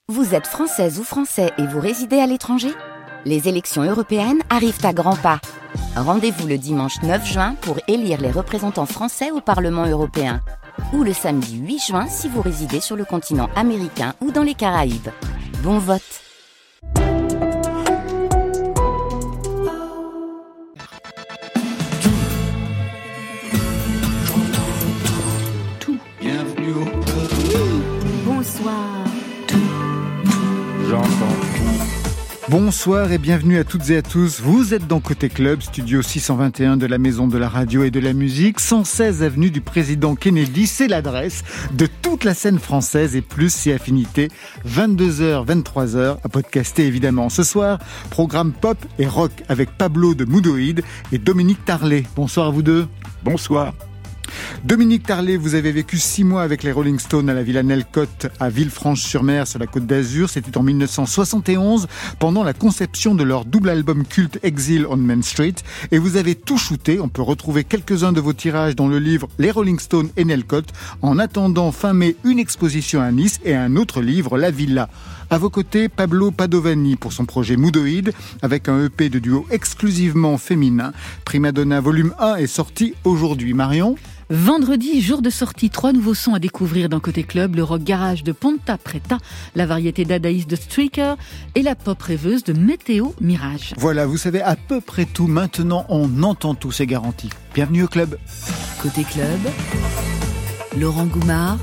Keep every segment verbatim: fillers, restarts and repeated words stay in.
Vous êtes française ou français et vous résidez à l'étranger ? Les élections européennes arrivent à grands pas. Rendez-vous le dimanche neuf juin pour élire les représentants français au Parlement européen. Ou le samedi huit juin si vous résidez sur le continent américain ou dans les Caraïbes. Bon vote! Tout. Bienvenue au Bonsoir. J'entends tout. Bonsoir et bienvenue à toutes et à tous. Vous êtes dans Côté Club, studio six cent vingt et un de la Maison de la Radio et de la Musique, cent seize avenue du Président Kennedy. C'est l'adresse de toute la scène française et plus si affinités. vingt-deux heures, vingt-trois heures, à podcaster évidemment. Ce soir, programme pop et rock avec Pablo de Moodoïd et Dominique Tarlet. Bonsoir à vous deux. Bonsoir. Dominique Tarlet, vous avez vécu six mois avec les Rolling Stones à la Villa Nelcote à Villefranche-sur-Mer sur la Côte d'Azur. C'était en dix-neuf cent soixante et onze pendant la conception de leur double album culte Exile on Main Street. Et vous avez tout shooté. On peut retrouver quelques-uns de vos tirages dans le livre Les Rolling Stones et Nelcote. En attendant fin mai, une exposition à Nice et un autre livre, La Villa. À vos côtés, Pablo Padovani pour son projet Moodoïd, avec un E P de duo exclusivement féminin. Primadonna volume un est sorti aujourd'hui. Marion ? Vendredi, jour de sortie, trois nouveaux sons à découvrir dans Côté Club, le rock garage de Ponta Preta, la variété dadaïste de Streaker et la pop rêveuse de Météo Mirage. Voilà, vous savez à peu près tout. Maintenant, on entend tout, c'est garanti. Bienvenue au club. Côté Club, Laurent Goumard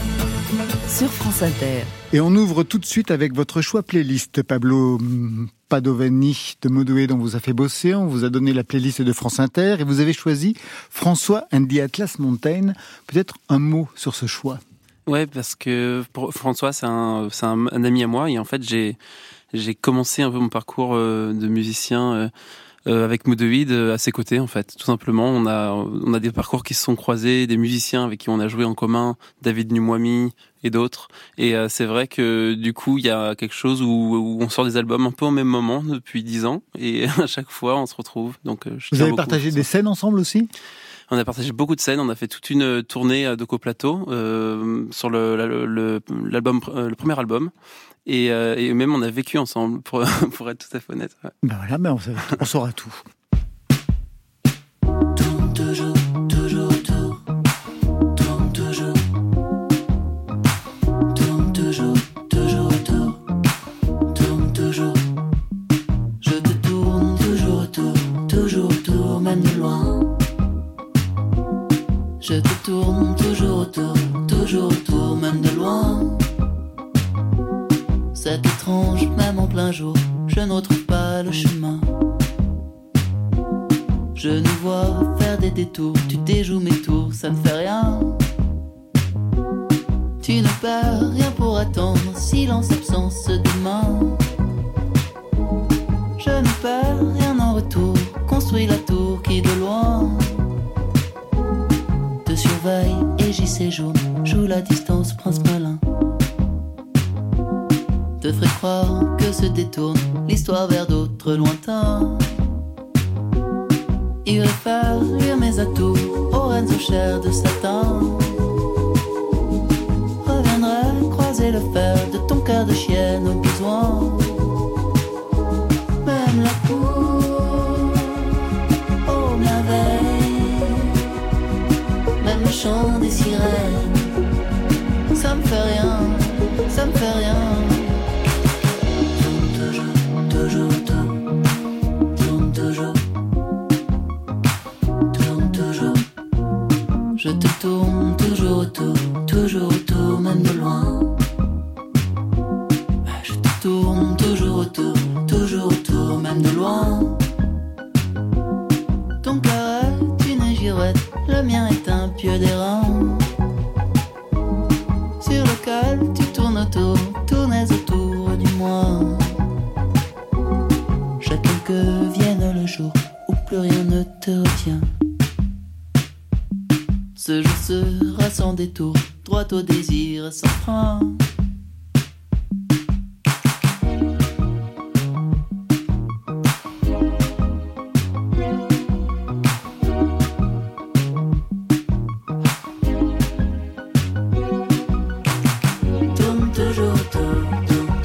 sur France Inter. Et on ouvre tout de suite avec votre choix playlist, Pablo Padovani de Moodoïd, dont vous a fait bosser. On vous a donné la playlist de France Inter et vous avez choisi François and the Atlas Mountain. Peut-être un mot sur ce choix. Ouais, parce que pour François, c'est un, c'est un, un ami à moi et en fait, j'ai, j'ai commencé un peu mon parcours euh, de musicien euh, euh, avec Moodoïd euh, à ses côtés, en fait. Tout simplement, on a, on a des parcours qui se sont croisés, des musiciens avec qui on a joué en commun, David Numwami et d'autres. Et euh, c'est vrai que du coup, il y a quelque chose où, où on sort des albums un peu au même moment depuis dix ans et à chaque fois, on se retrouve. Donc, euh, je Vous avez partagé des scènes ensemble aussi ? On a partagé beaucoup de scènes, on a fait toute une tournée de coplateau euh, sur le, le, le, l'album, le premier album. Et, euh, et même on a vécu ensemble, pour, pour être tout à fait honnête. Ouais. Ben voilà, ben on, on saura tout. Tourne toujours, toujours autour. Tourne toujours. Tourne toujours, toujours autour. Tourne toujours. Je te tourne toujours autour, toujours autour, même de loin. Je te tourne toujours autour, toujours autour, même de loin. C'est étrange, même en plein jour, je ne retrouve pas le chemin. Je nous vois faire des détours, tu déjoues mes tours, ça ne fait rien. Tu ne perds rien pour attendre, silence, absence demain. Je ne perds rien en retour, construis la tour qui de loin te surveille et j'y séjourne, joue la distance, prince malin. Te ferait croire que se détourne l'histoire vers d'autres lointains. Irait faire luire mes atouts aux reines aux chairs de satin. Reviendrait croiser le fer de ton cœur de chienne au besoin. Même la cour, oh merveille. Même le chant des sirènes, ça me fait rien, ça me fait rien. Toujours autour, tourne toujours, tourne toujours. Je te tourne toujours autour, toujours autour, même de loin. Je te tourne toujours autour, toujours autour, même de loin. Ton cœur est une girouette, le mien est un pieu d'airain. Sur lequel tu tournes autour, tournes autour du moi. Que vienne le jour où plus rien ne te retient. Ce jour sera sans détour, droit au désir sans frein. Tourne toujours autour, tourne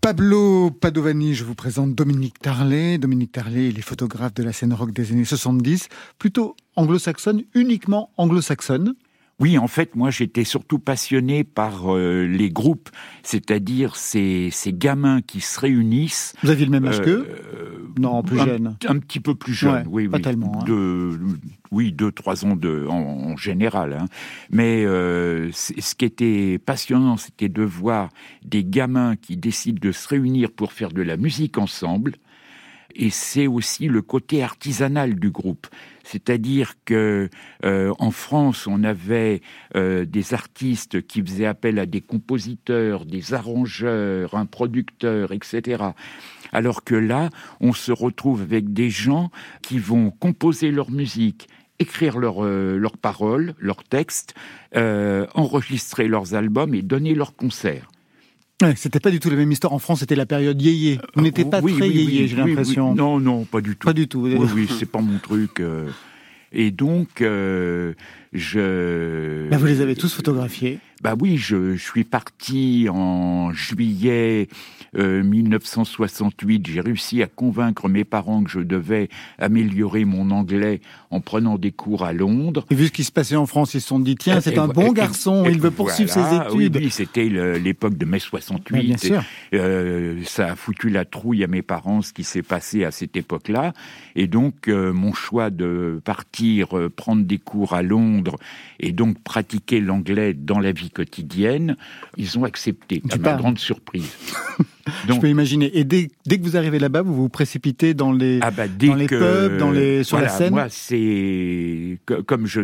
Pablo Padovani, je vous présente Dominique Tarlet. Dominique Tarlet, il est photographe de la scène rock des années soixante-dix, plutôt anglo-saxonne, uniquement anglo-saxonne. Oui, en fait, moi, j'étais surtout passionné par euh, les groupes, c'est-à-dire ces, ces gamins qui se réunissent. Vous aviez le même âge euh, qu'eux euh, Non, plus un, jeune. Un petit peu plus jeune, ouais, oui, pas oui. tellement. Hein. De, oui, deux, trois ans de, en, en général. Hein. Mais euh, ce qui était passionnant, c'était de voir des gamins qui décident de se réunir pour faire de la musique ensemble. Et c'est aussi le côté artisanal du groupe. C'est-à-dire que euh, en France, on avait euh, des artistes qui faisaient appel à des compositeurs, des arrangeurs, un producteur, et cetera. Alors que là, on se retrouve avec des gens qui vont composer leur musique, écrire leurs euh, leurs paroles, leurs textes, euh, enregistrer leurs albums et donner leurs concerts. Ouais, c'était pas du tout la même histoire. En France, c'était la période yéyé. Vous n'étiez pas oui, très oui, yéyé, oui, j'ai oui, l'impression. Oui. Non, non, pas du tout. Pas du tout. Oui, oui, c'est pas mon truc. Euh... Et donc, euh, je... Bah, vous les avez tous photographiés. Bah oui, je, je suis parti en juillet euh, mille neuf cent soixante-huit. J'ai réussi à convaincre mes parents que je devais améliorer mon anglais en prenant des cours à Londres. Et vu ce qui se passait en France, ils se sont dit, tiens, c'est et, un et, bon et, garçon, et, il veut poursuivre voilà, ses études. Oui, oui, c'était le, l'époque de mai soixante-huit. Ouais, bien sûr. Et, euh, ça a foutu la trouille à mes parents, ce qui s'est passé à cette époque-là. Et donc, euh, mon choix de partir, euh, prendre des cours à Londres et donc pratiquer l'anglais dans la vie quotidienne, ils ont accepté, à ma grande surprise. Donc, je peux imaginer. Et dès, dès que vous arrivez là-bas, vous vous précipitez dans les, ah bah dès dans les que, pubs, dans les, sur voilà, la scène. Moi, c'est comme je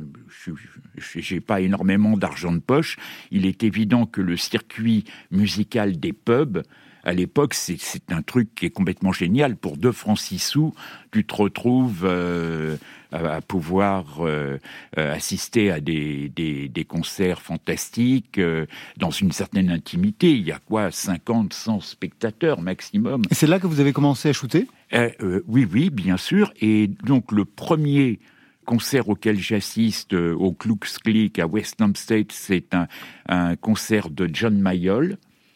je j'ai pas énormément d'argent de poche. Il est évident que le circuit musical des pubs, à l'époque, c'est, c'est un truc qui est complètement génial. Pour deux francs six sous, tu te retrouves euh, à, à pouvoir euh, assister à des, des, des concerts fantastiques euh, dans une certaine intimité. Il y a quoi, cinquante, cent spectateurs maximum. Et c'est là que vous avez commencé à shooter ? euh, euh, Oui, oui, bien sûr. Et donc, le premier concert auquel j'assiste euh, au Klux Click à West Hampstead, c'est un, un concert de John Mayall.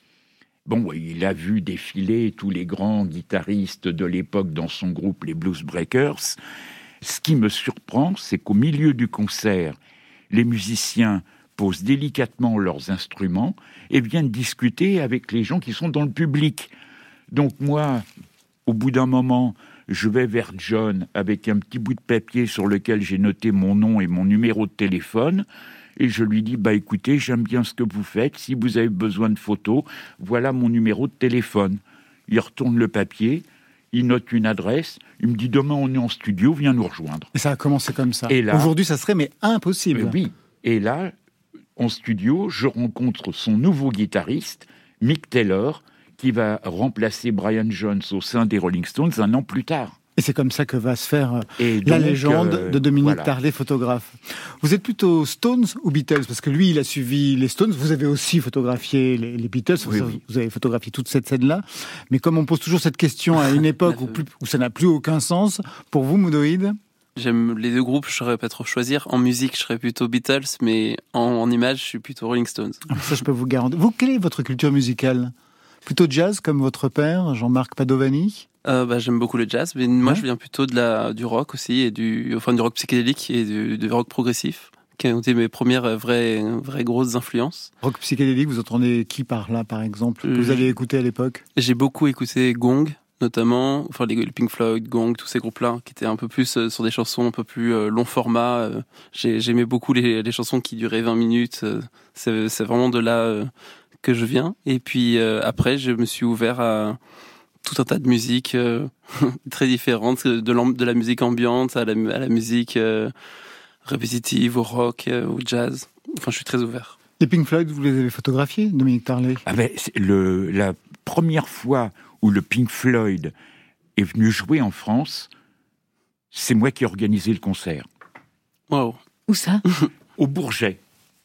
Bon, il a vu défiler tous les grands guitaristes de l'époque dans son groupe, les Blues Breakers. Ce qui me surprend, c'est qu'au milieu du concert, les musiciens posent délicatement leurs instruments et viennent discuter avec les gens qui sont dans le public. Donc moi, au bout d'un moment, je vais vers John avec un petit bout de papier sur lequel j'ai noté mon nom et mon numéro de téléphone. Et je lui dis, bah écoutez, j'aime bien ce que vous faites. Si vous avez besoin de photos, voilà mon numéro de téléphone. Il retourne le papier, il note une adresse. Il me dit, demain on est en studio, viens nous rejoindre. Et ça a commencé comme ça. Et là, aujourd'hui, ça serait mais impossible. Euh, oui. Et là, en studio, je rencontre son nouveau guitariste, Mick Taylor, qui va remplacer Brian Jones au sein des Rolling Stones un an plus tard. Et c'est comme ça que va se faire et la donc, légende euh, de Dominique voilà. Tarlet, photographe. Vous êtes plutôt Stones ou Beatles ? Parce que lui, il a suivi les Stones. Vous avez aussi photographié les, les Beatles. Oui, vous, oui. vous avez photographié toute cette scène-là. Mais comme on pose toujours cette question à une époque où, plus, où ça n'a plus aucun sens, pour vous, Moudoïd ? J'aime les deux groupes, je ne saurais pas trop choisir. En musique, je serais plutôt Beatles, mais en, en image, je suis plutôt Rolling Stones. Alors ça, je peux vous garantir. Vous, quelle est votre culture musicale ? Plutôt jazz, comme votre père, Jean-Marc Padovani ? Euh, bah, j'aime beaucoup le jazz, mais moi ouais. je viens plutôt de la, du rock aussi, et du, enfin, du rock psychédélique et du, du rock progressif, qui ont été mes premières vraies, vraies grosses influences. Rock psychédélique, vous entendez qui par là, par exemple, que vous avez écouté à l'époque ? J'ai beaucoup écouté Gong, notamment, enfin les Pink Floyd, Gong, tous ces groupes-là, qui étaient un peu plus euh, sur des chansons un peu plus euh, long format. Euh, j'ai, j'aimais beaucoup les, les chansons qui duraient vingt minutes. Euh, c'est, c'est vraiment de là euh, que je viens. Et puis euh, après, je me suis ouvert à tout un tas de musiques euh, très différentes, de, de la musique ambiante à la, à la musique euh, répétitive, au rock, euh, au jazz. Enfin, je suis très ouvert. Les Pink Floyd, vous les avez photographiés, Dominique Tarlet ? Ah ben, c'est le, la première fois où le Pink Floyd est venu jouer en France, c'est moi qui ai organisé le concert. Waouh ! Où ça ? Au Bourget.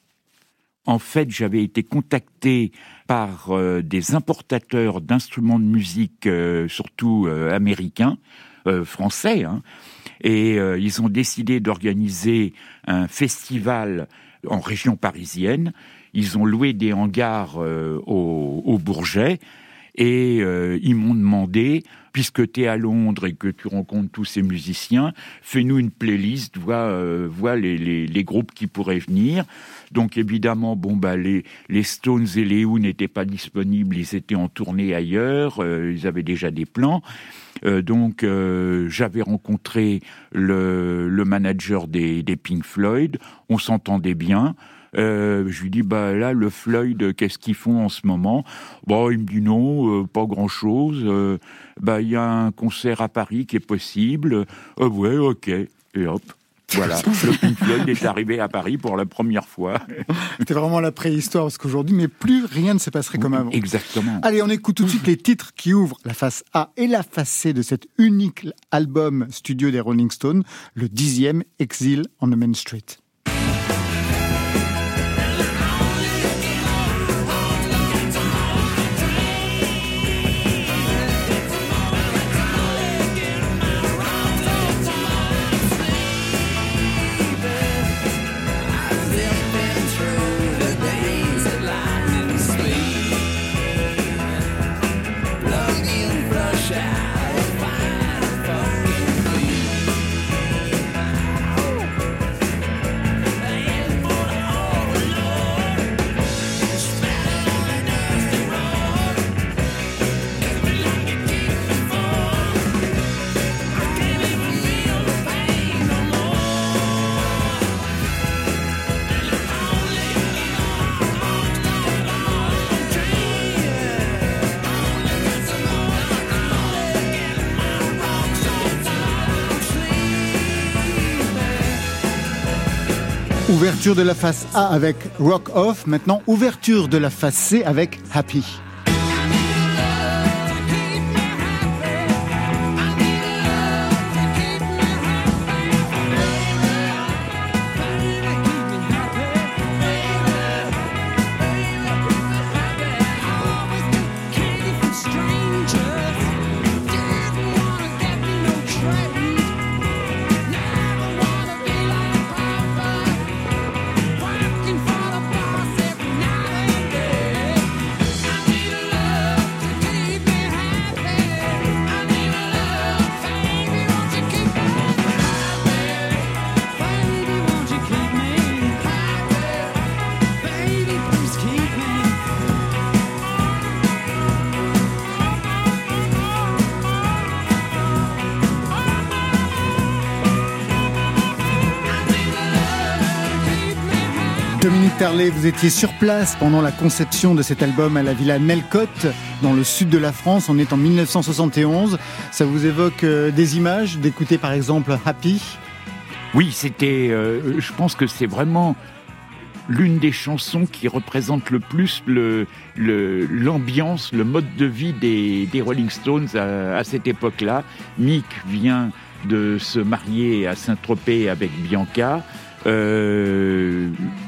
En fait, j'avais été contacté par euh, des importateurs d'instruments de musique, euh, surtout euh, américains, euh, français, hein, et euh, ils ont décidé d'organiser un festival en région parisienne. Ils ont loué des hangars euh, au, au Bourget, Et euh, ils m'ont demandé, puisque tu es à Londres et que tu rencontres tous ces musiciens, fais-nous une playlist, vois, euh, vois les, les, les groupes qui pourraient venir. Donc évidemment, bon bah les, les Stones et les Who n'étaient pas disponibles, ils étaient en tournée ailleurs, euh, ils avaient déjà des plans. Euh, donc euh, j'avais rencontré le, le manager des, des Pink Floyd, on s'entendait bien. Euh, je lui dis bah là le Floyd qu'est-ce qu'ils font en ce moment? Bon, il me dit non, euh, pas grand-chose. Euh, bah il y a un concert à Paris qui est possible. Euh, ouais, ok. Et hop. Voilà, le Pink Floyd est arrivé à Paris pour la première fois. C'était vraiment la préhistoire, parce qu'aujourd'hui, mais plus rien ne se passerait comme avant. Exactement. Allez, on écoute tout de suite les titres qui ouvrent la face A et la face C de cet unique album studio des Rolling Stones, le dixième, Exile on the Main Street. Ouverture de la face A avec Rock Off, maintenant ouverture de la face C avec Happy. Dominique Tarlet, vous étiez sur place pendant la conception de cet album à la Villa Nelcote, dans le sud de la France. On est en dix-neuf cent soixante et onze. Ça vous évoque euh, des images, d'écouter par exemple Happy? Oui, c'était. Euh, je pense que c'est vraiment l'une des chansons qui représente le plus le, le, l'ambiance, le mode de vie des, des Rolling Stones à, à cette époque-là. Mick vient de se marier à Saint-Tropez avec Bianca. Euh,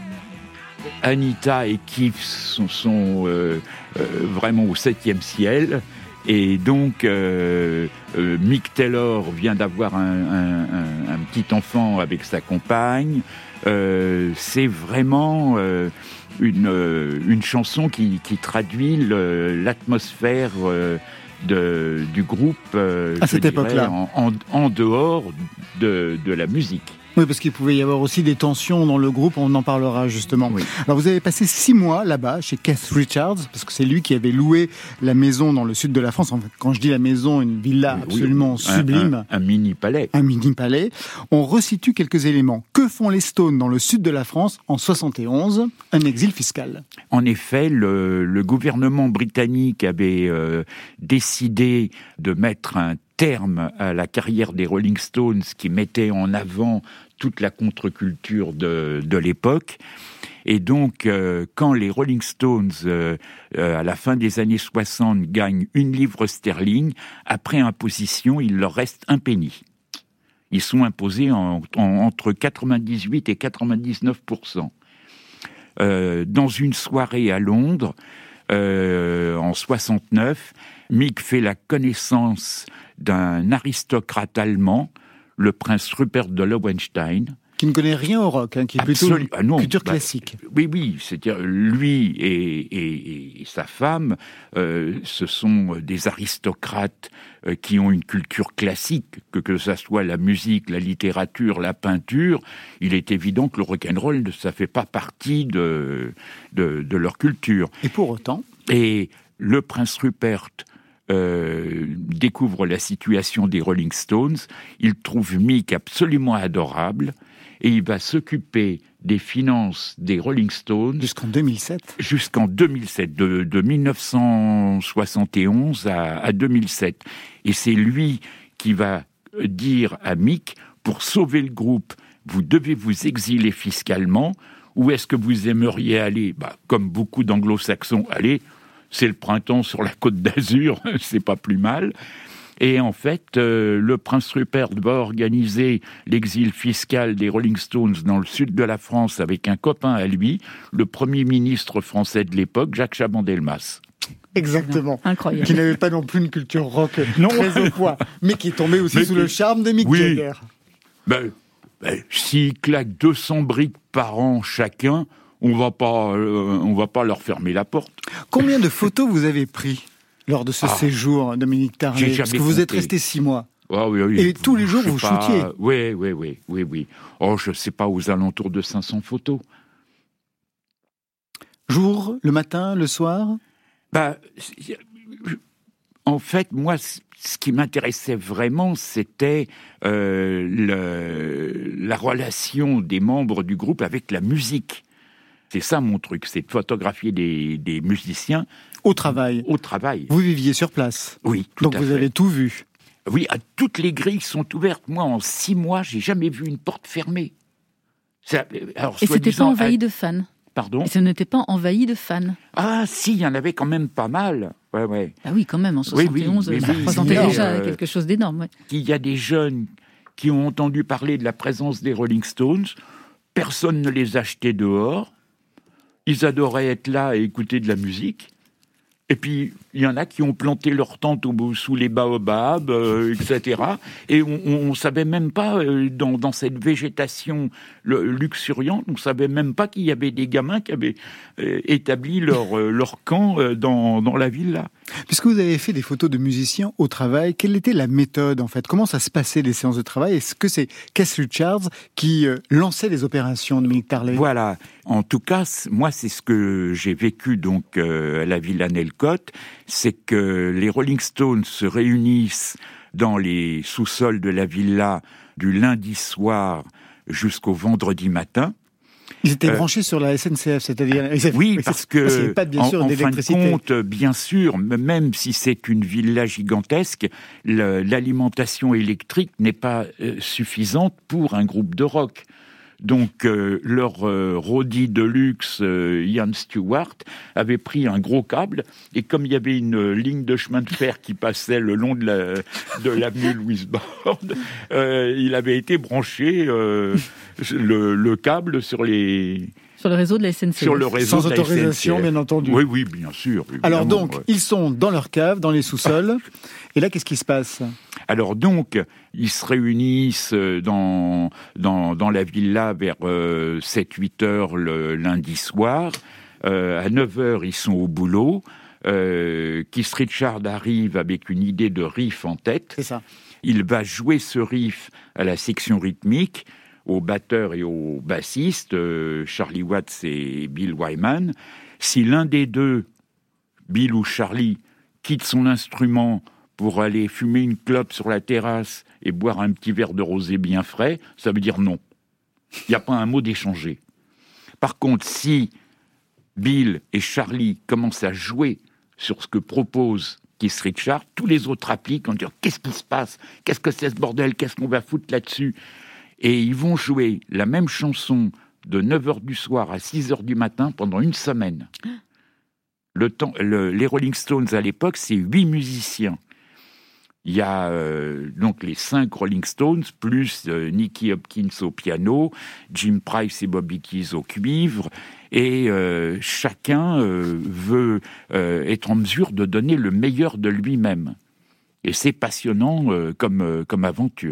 Anita et Keith sont, sont euh, euh, vraiment au septième ciel. Et donc, euh, euh, Mick Taylor vient d'avoir un, un, un, un petit enfant avec sa compagne. Euh, c'est vraiment euh, une, euh, une chanson qui, qui traduit le, l'atmosphère euh, de, du groupe euh, à cette époque-là, en, en, en dehors de, de la musique. Oui, parce qu'il pouvait y avoir aussi des tensions dans le groupe, on en parlera justement. Oui. Alors vous avez passé six mois là-bas, chez Keith Richards, parce que c'est lui qui avait loué la maison dans le sud de la France. Enfin, quand je dis la maison, une villa oui, absolument oui, sublime. Un, un, un mini-palais. Un mini-palais. On resitue quelques éléments. Que font les Stones dans le sud de la France en soixante et onze? Un exil fiscal. En effet, le, le gouvernement britannique avait euh, décidé de mettre un terme à la carrière des Rolling Stones qui mettait en avant toute la contre-culture de, de l'époque. Et donc, euh, quand les Rolling Stones, euh, euh, à la fin des années soixante, gagnent une livre sterling, après imposition, il leur reste un penny. Ils sont imposés en, en, entre quatre-vingt-dix-huit et quatre-vingt-dix-neuf pour cent. Euh, dans une soirée à Londres, euh, en soixante-neuf, Mick fait la connaissance d'un aristocrate allemand, le prince Rupert de Lowenstein. qui ne connaît rien au rock, hein, qui est plutôt Absolu- une ah non, culture bah, classique. Oui, oui, c'est-à-dire lui et, et, et sa femme, euh, ce sont des aristocrates euh, qui ont une culture classique, que que ça soit la musique, la littérature, la peinture. Il est évident que le rock'n'roll, ça fait pas partie de, de, de leur culture. Et pour autant, Et le prince Rupert euh, découvre la situation des Rolling Stones, il trouve Mick absolument adorable, et il va s'occuper des finances des Rolling Stones jusqu'en deux mille sept. jusqu'en deux mille sept, de, de mille neuf cent soixante et onze à, à deux mille sept. Et c'est lui qui va dire à Mick, pour sauver le groupe, vous devez vous exiler fiscalement. Où est-ce que vous aimeriez aller ? Bah, comme beaucoup d'anglo-saxons, allez, c'est le printemps sur la côte d'Azur, c'est pas plus mal. Et en fait, euh, le prince Rupert va organiser l'exil fiscal des Rolling Stones dans le sud de la France avec un copain à lui, le premier ministre français de l'époque, Jacques Chaban-Delmas. Exactement. Incroyable. Qui n'avait pas non plus une culture rock Non. très au poids, mais qui est tombé aussi Mais sous qui- le charme de Mick Oui. Jagger. Ben, ben, s'ils claquent deux cents briques par an chacun, on va pas, euh, on va pas leur fermer la porte. Combien de photos vous avez pris lors de ce Ah. séjour, Dominique Tarlet ? J'ai Parce jamais que vous êtes compté. resté six mois. Ah oui, oui. Et tous les jours, Je sais vous pas, shootiez. Oui, oui, oui, oui, oui. Oh, je sais pas, aux alentours de cinq cents photos. Jour, le matin, le soir ? Bah, c'est- en fait, moi, c- ce qui m'intéressait vraiment, c'était euh, le- la relation des membres du groupe avec la musique. C'est ça mon truc, c'est de photographier des, des musiciens Au travail. au travail. Vous viviez sur place. Oui, tout Donc à vous fait. avez tout vu. Oui, à- toutes les grilles sont ouvertes. Moi, en six mois, j'ai jamais vu une porte fermée. Ça- alors, Et c'était pas soi-disant, envahi à- de fans. Pardon Et ce n'était pas envahi de fans. Ah, si, il y en avait quand même pas mal. Ouais, ouais. Ah oui, quand même, en Oui, soixante et onze, oui, oui, ça oui, représentait oui, déjà euh, quelque chose d'énorme. Ouais. Il y a des jeunes qui ont entendu parler de la présence des Rolling Stones. Personne ne les achetait dehors. Ils adoraient être là et écouter de la musique. Et puis, il y en a qui ont planté leur tente au, sous les baobabs, euh, et cetera. Et on ne savait même pas, euh, dans, dans cette végétation le, luxuriante, on ne savait même pas qu'il y avait des gamins qui avaient euh, établi leur, euh, leur camp euh, dans, dans la villa. Puisque vous avez fait des photos de musiciens au travail, quelle était la méthode en fait ? Comment ça se passait les séances de travail ? Est-ce que c'est Keith Richards qui euh, lançait les opérations, Dominique Tarlet ? Voilà. En tout cas, c- moi, c'est ce que j'ai vécu donc euh, à la Villa Nelcote, c'est que les Rolling Stones se réunissent dans les sous-sols de la villa du lundi soir jusqu'au vendredi matin. Ils étaient Euh, branchés sur la S N C F, c'est-à-dire... ils avaient- Oui, c'est- parce qu'il n'y que, avait pas bien en, sûr en fin de d'électricité. compte, bien sûr, m- même si c'est une villa gigantesque, le- l'alimentation électrique n'est pas euh, suffisante pour un groupe de rock. Donc, euh, leur euh, roadie de luxe, euh, Ian Stewart, avait pris un gros câble, et comme il y avait une euh, ligne de chemin de fer qui passait le long de la de l'avenue Louise Borde, euh, il avait été branché euh, le, le câble sur les Sur le réseau de la S N C F. sur le réseau Sans de la autorisation, S N C F. bien entendu. Oui, oui, bien sûr. évidemment, Alors donc, ouais. ils sont dans leur cave, dans les sous-sols. Et là, qu'est-ce qui se passe ? Alors donc, ils se réunissent dans, dans, dans la villa vers euh, sept huit heures le lundi soir. Euh, à neuf heures, ils sont au boulot. Euh, Keith Richards arrive avec une idée de riff en tête. C'est ça. Il va jouer ce riff à la section rythmique, au batteur et au bassiste, euh, Charlie Watts et Bill Wyman. Si l'un des deux, Bill ou Charlie, quitte son instrument pour aller fumer une clope sur la terrasse et boire un petit verre de rosé bien frais, ça veut dire non. Il n'y a pas un mot d'échangé. Par contre, si Bill et Charlie commencent à jouer sur ce que propose Keith Richards, tous les autres appliquent en disant « Qu'est-ce qui se passe ? Qu'est-ce que c'est ce bordel ? Qu'est-ce qu'on va foutre là-dessus ?» Et ils vont jouer la même chanson de neuf heures du soir à six heures du matin pendant une semaine. Le temps, le, les Rolling Stones, à l'époque, c'est huit musiciens. Il y a euh, donc les cinq Rolling Stones, plus euh, Nicky Hopkins au piano, Jim Price et Bobby Keys au cuivre, et euh, chacun euh, veut euh, être en mesure de donner le meilleur de lui-même. Et c'est passionnant euh, comme, euh, comme aventure.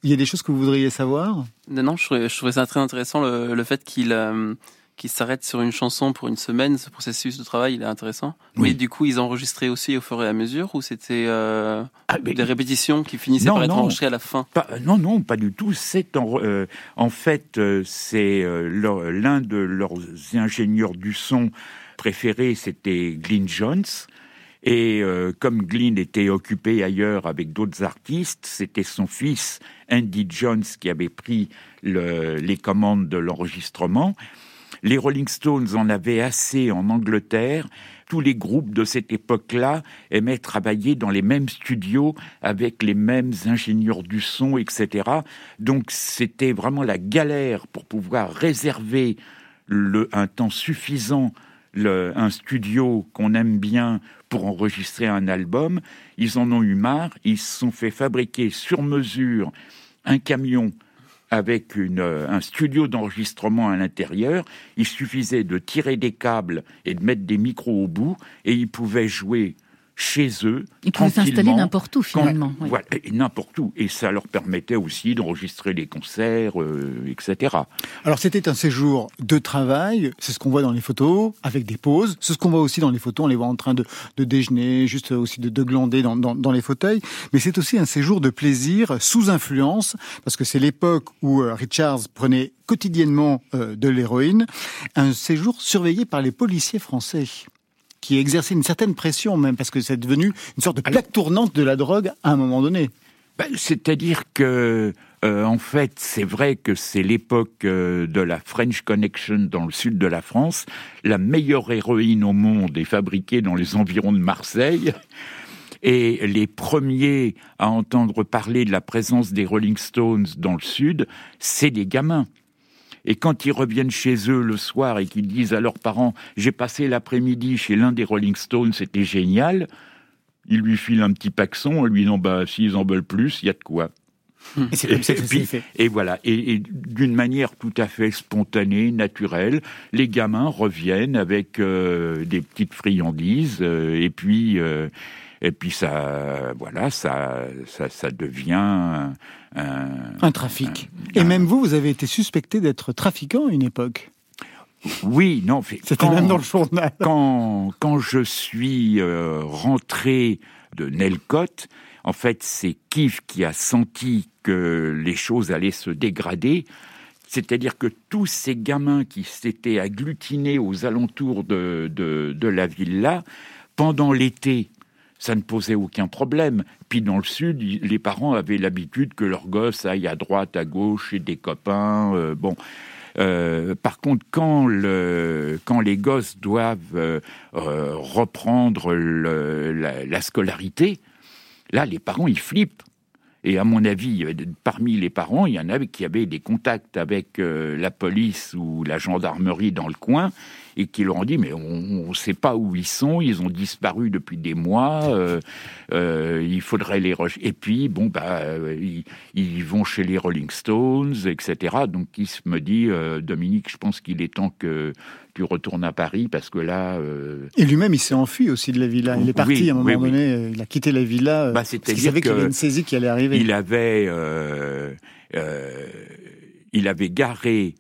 Il y a des choses que vous voudriez savoir ? Non, non, je trouvais, je trouvais ça très intéressant, le, le fait qu'il, euh, qu'il s'arrête sur une chanson pour une semaine. Ce processus de travail, il est intéressant. Oui. Mais du coup, ils enregistraient aussi au fur et à mesure, ou c'était euh, Ah, mais- des répétitions qui finissaient Non, par être non. enregistrées à la fin? Pas- non, non, pas du tout. C'est en, euh, en fait, euh, c'est euh, leur- l'un de leurs ingénieurs du son préférés, c'était Glyn Johns. Et euh, comme Glyn était occupé ailleurs avec d'autres artistes, c'était son fils Andy Johns qui avait pris le, les commandes de l'enregistrement. Les Rolling Stones en avaient assez en Angleterre. Tous les groupes de cette époque-là aimaient travailler dans les mêmes studios avec les mêmes ingénieurs du son, et cetera. Donc c'était vraiment la galère pour pouvoir réserver le, un temps suffisant, le, un studio qu'on aime bien pour enregistrer un album. Ils en ont eu marre, ils se sont fait fabriquer sur mesure un camion avec une, un studio d'enregistrement à l'intérieur. Il suffisait de tirer des câbles et de mettre des micros au bout, et ils pouvaient jouer chez eux, Ils pouvaient s'installer tranquillement, n'importe où, finalement. quand- oui. Voilà, et n'importe où. Et ça leur permettait aussi d'enregistrer des concerts, euh, et cetera. Alors c'était un séjour de travail, c'est ce qu'on voit dans les photos, avec des pauses. C'est ce qu'on voit aussi dans les photos, on les voit en train de, de déjeuner, juste aussi de, de glander dans, dans, dans les fauteuils. Mais c'est aussi un séjour de plaisir sous influence, parce que c'est l'époque où euh, Richards prenait quotidiennement euh, de l'héroïne. Un séjour surveillé par les policiers français, qui exerçaient une certaine pression même, parce que c'est devenu une sorte de plaque tournante de la drogue à un moment donné. Ben, c'est-à-dire que, euh, en fait, c'est vrai que c'est l'époque euh, de la French Connection dans le sud de la France. La meilleure héroïne au monde est fabriquée dans les environs de Marseille. Et les premiers à entendre parler de la présence des Rolling Stones dans le sud, c'est des gamins. Et quand ils reviennent chez eux le soir et qu'ils disent à leurs parents « J'ai passé l'après-midi chez l'un des Rolling Stones, c'était génial », ils lui filent un petit paxon en lui disant bah, « S'ils en veulent plus, il y a de quoi ». Et c'est comme ça que ça puis, s'est fait. et voilà, et, et d'une manière tout à fait spontanée, naturelle, les gamins reviennent avec euh, des petites friandises, euh, et puis euh, et puis ça, voilà, ça, ça, ça devient un, un, Un trafic. un- Et même vous, vous avez été suspecté d'être trafiquant à une époque. Oui, non, fait, C'était quand- même dans le journal. Quand, quand je suis euh, rentré de Nelcott, en fait, c'est Keith qui a senti que les choses allaient se dégrader. C'est-à-dire que tous ces gamins qui s'étaient agglutinés aux alentours de, de, de la ville-là, pendant l'été, ça ne posait aucun problème. Puis dans le sud, les parents avaient l'habitude que leurs gosses aillent à droite, à gauche, chez des copains. Euh, bon... Euh, par contre, quand, le, quand les gosses doivent euh, euh, reprendre le, la, la scolarité, là, les parents, ils flippent. Et à mon avis, parmi les parents, il y en avait qui avaient des contacts avec euh, la police ou la gendarmerie dans le coin et qui leur ont dit « mais on ne sait pas où ils sont, ils ont disparu depuis des mois, euh, euh, il faudrait les... Re-. » Et puis, bon, bah, euh, ils, ils vont chez les Rolling Stones, et cetera. Donc, il me dit euh, « Dominique, je pense qu'il est temps que tu retournes à Paris parce que là... Euh... » Et lui-même, il s'est enfui aussi de la villa. Il est parti Oui, à un moment oui, oui. donné, il a quitté la villa Bah, parce qu'il c'est-à-dire savait qu'il y que avait une saisie qui allait arriver. Il avait, euh, euh, il avait garé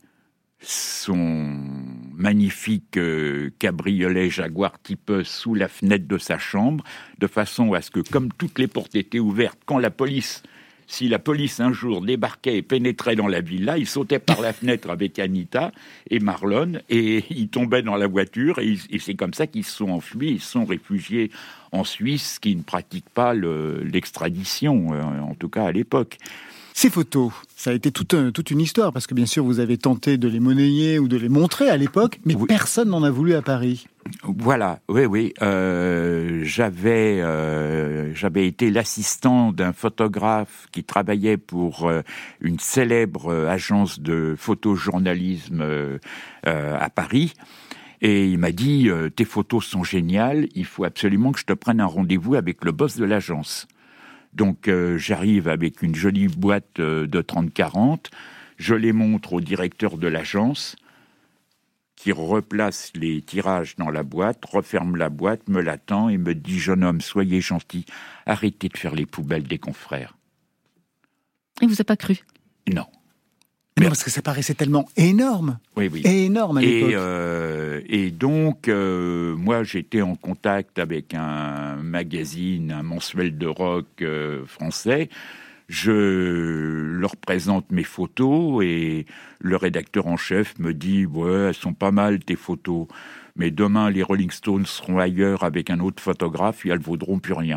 son magnifique euh, cabriolet Jaguar type sous la fenêtre de sa chambre, de façon à ce que, comme toutes les portes étaient ouvertes, quand la police, si la police un jour débarquait et pénétrait dans la villa, il sautait par la fenêtre avec Anita et Marlon, et ils tombaient dans la voiture, et, et c'est comme ça qu'ils se sont enfuis, ils se sont réfugiés en Suisse, qui ne pratique pas le, l'extradition, euh, en tout cas à l'époque. Ces photos, ça a été toute, un, toute une histoire, parce que bien sûr, vous avez tenté de les monnayer ou de les montrer à l'époque, mais Oui. personne n'en a voulu à Paris. Voilà, oui, oui. Euh, j'avais, euh, j'avais été l'assistant d'un photographe qui travaillait pour euh, une célèbre euh, agence de photojournalisme euh, euh, à Paris. Et il m'a dit euh, « Tes photos sont géniales, il faut absolument que je te prenne un rendez-vous avec le boss de l'agence. » Donc euh, j'arrive avec une jolie boîte euh, de trente quarante, je les montre au directeur de l'agence, qui replace les tirages dans la boîte, referme la boîte, me l'attend et me dit « Jeune homme, soyez gentil, arrêtez de faire les poubelles des confrères. » Et vous vous a pas cru? Non. Non, parce que ça paraissait tellement énorme. Oui, oui. Énorme à l'époque. Et, euh, et donc, euh, moi, j'étais en contact avec un magazine, un mensuel de rock euh, français. Je leur présente mes photos et le rédacteur en chef me dit « Ouais, elles sont pas mal tes photos, mais demain, les Rolling Stones seront ailleurs avec un autre photographe et elles vaudront plus rien. »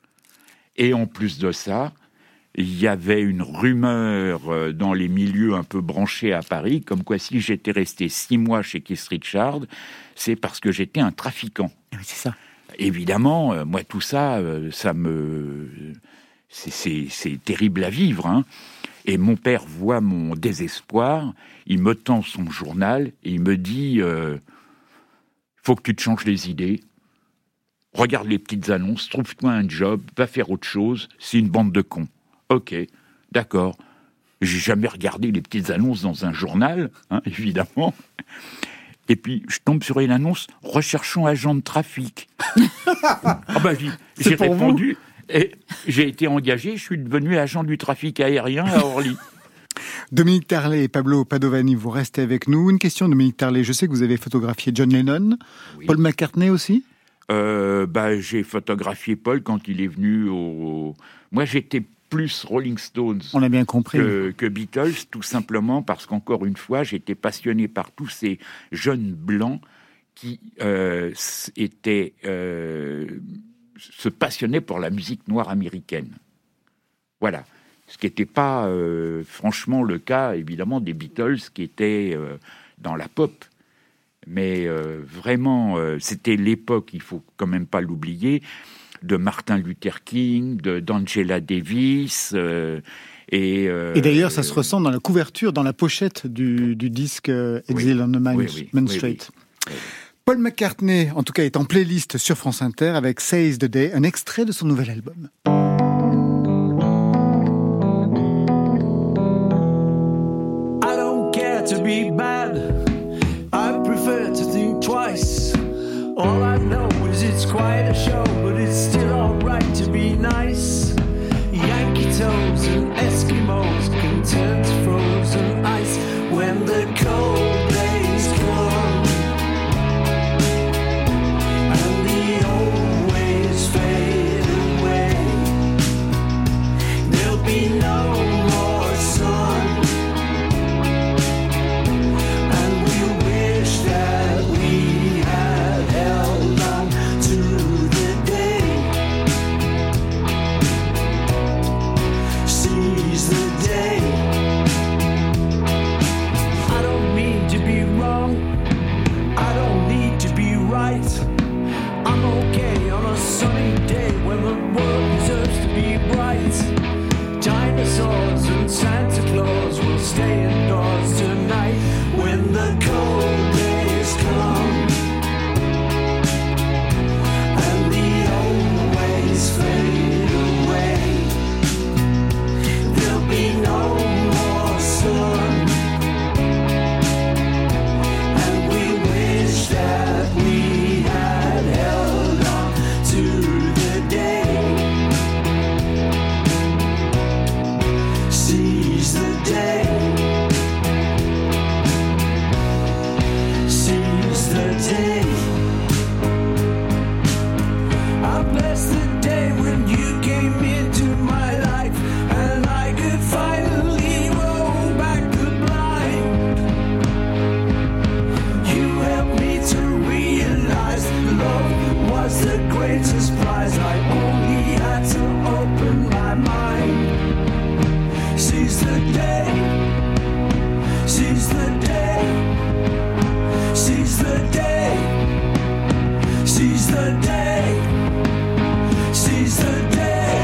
Et en plus de ça, il y avait une rumeur dans les milieux un peu branchés à Paris, comme quoi si j'étais resté six mois chez Keith Richards, c'est parce que j'étais un trafiquant. Oui, c'est ça. Évidemment, moi, tout ça, ça me... C'est, c'est, c'est terrible à vivre, hein. Et mon père voit mon désespoir, il me tend son journal et il me dit euh, « Faut que tu te changes les idées. Regarde les petites annonces, trouve-toi un job, va faire autre chose, c'est une bande de cons. » Ok, d'accord. J'ai jamais regardé les petites annonces dans un journal, hein, évidemment. Et puis, je tombe sur une annonce « Recherchons agent de trafic. » Ah ben, j'ai, j'ai répondu et j'ai été engagé, je suis devenu agent du trafic aérien à Orly. Dominique Tarlet et Pablo Padovani, vous restez avec nous. Une question, Dominique Tarlet. Je sais que vous avez photographié John Lennon, oui. Paul McCartney aussi. Euh, bah, j'ai photographié Paul quand il est venu au... Moi, j'étais plus Rolling Stones On a bien compris. Que, que Beatles, tout simplement parce qu'encore une fois, j'étais passionné par tous ces jeunes blancs qui euh, étaient, euh, se passionnaient pour la musique noire américaine. Voilà. Ce qui n'était pas euh, franchement le cas, évidemment, des Beatles qui étaient euh, dans la pop. Mais euh, vraiment, euh, c'était l'époque, il ne faut quand même pas l'oublier, de Martin Luther King, de, d'Angela Davis. Euh, et, euh, et d'ailleurs, ça se ressent dans la couverture, dans la pochette du, du disque euh, Exile oui, on the Main, oui, oui, Main Street. Oui, oui, oui. Paul McCartney, en tout cas, est en playlist sur France Inter avec Seize the Day, un extrait de son nouvel album. I don't care to be bad. I prefer to think twice. All I know is it's quite a show, but it's still alright to be nice. Yankee toes and Eskimos can turn to frozen ice when the cold days come and the old ways fade away. There'll be no more sun, and we wish that we had held on to the day. Seize the day. I don't mean to be wrong, I don't need to be right. I'm okay on a sunny day when the world deserves to be bright. Dinosaurs and Santa Claus will stay indoors tonight when the cold days come and the old ways fade away. There'll be no more sun, and we wish that we had held on to the day. Seize the day. Seize the day. I bless the day when you came into my life and I could finally roll back the blind. You helped me to realize love was the greatest prize. I only had to open my mind. Seize the day. Seize the day. Seize the day. Seize the day. Seize the day.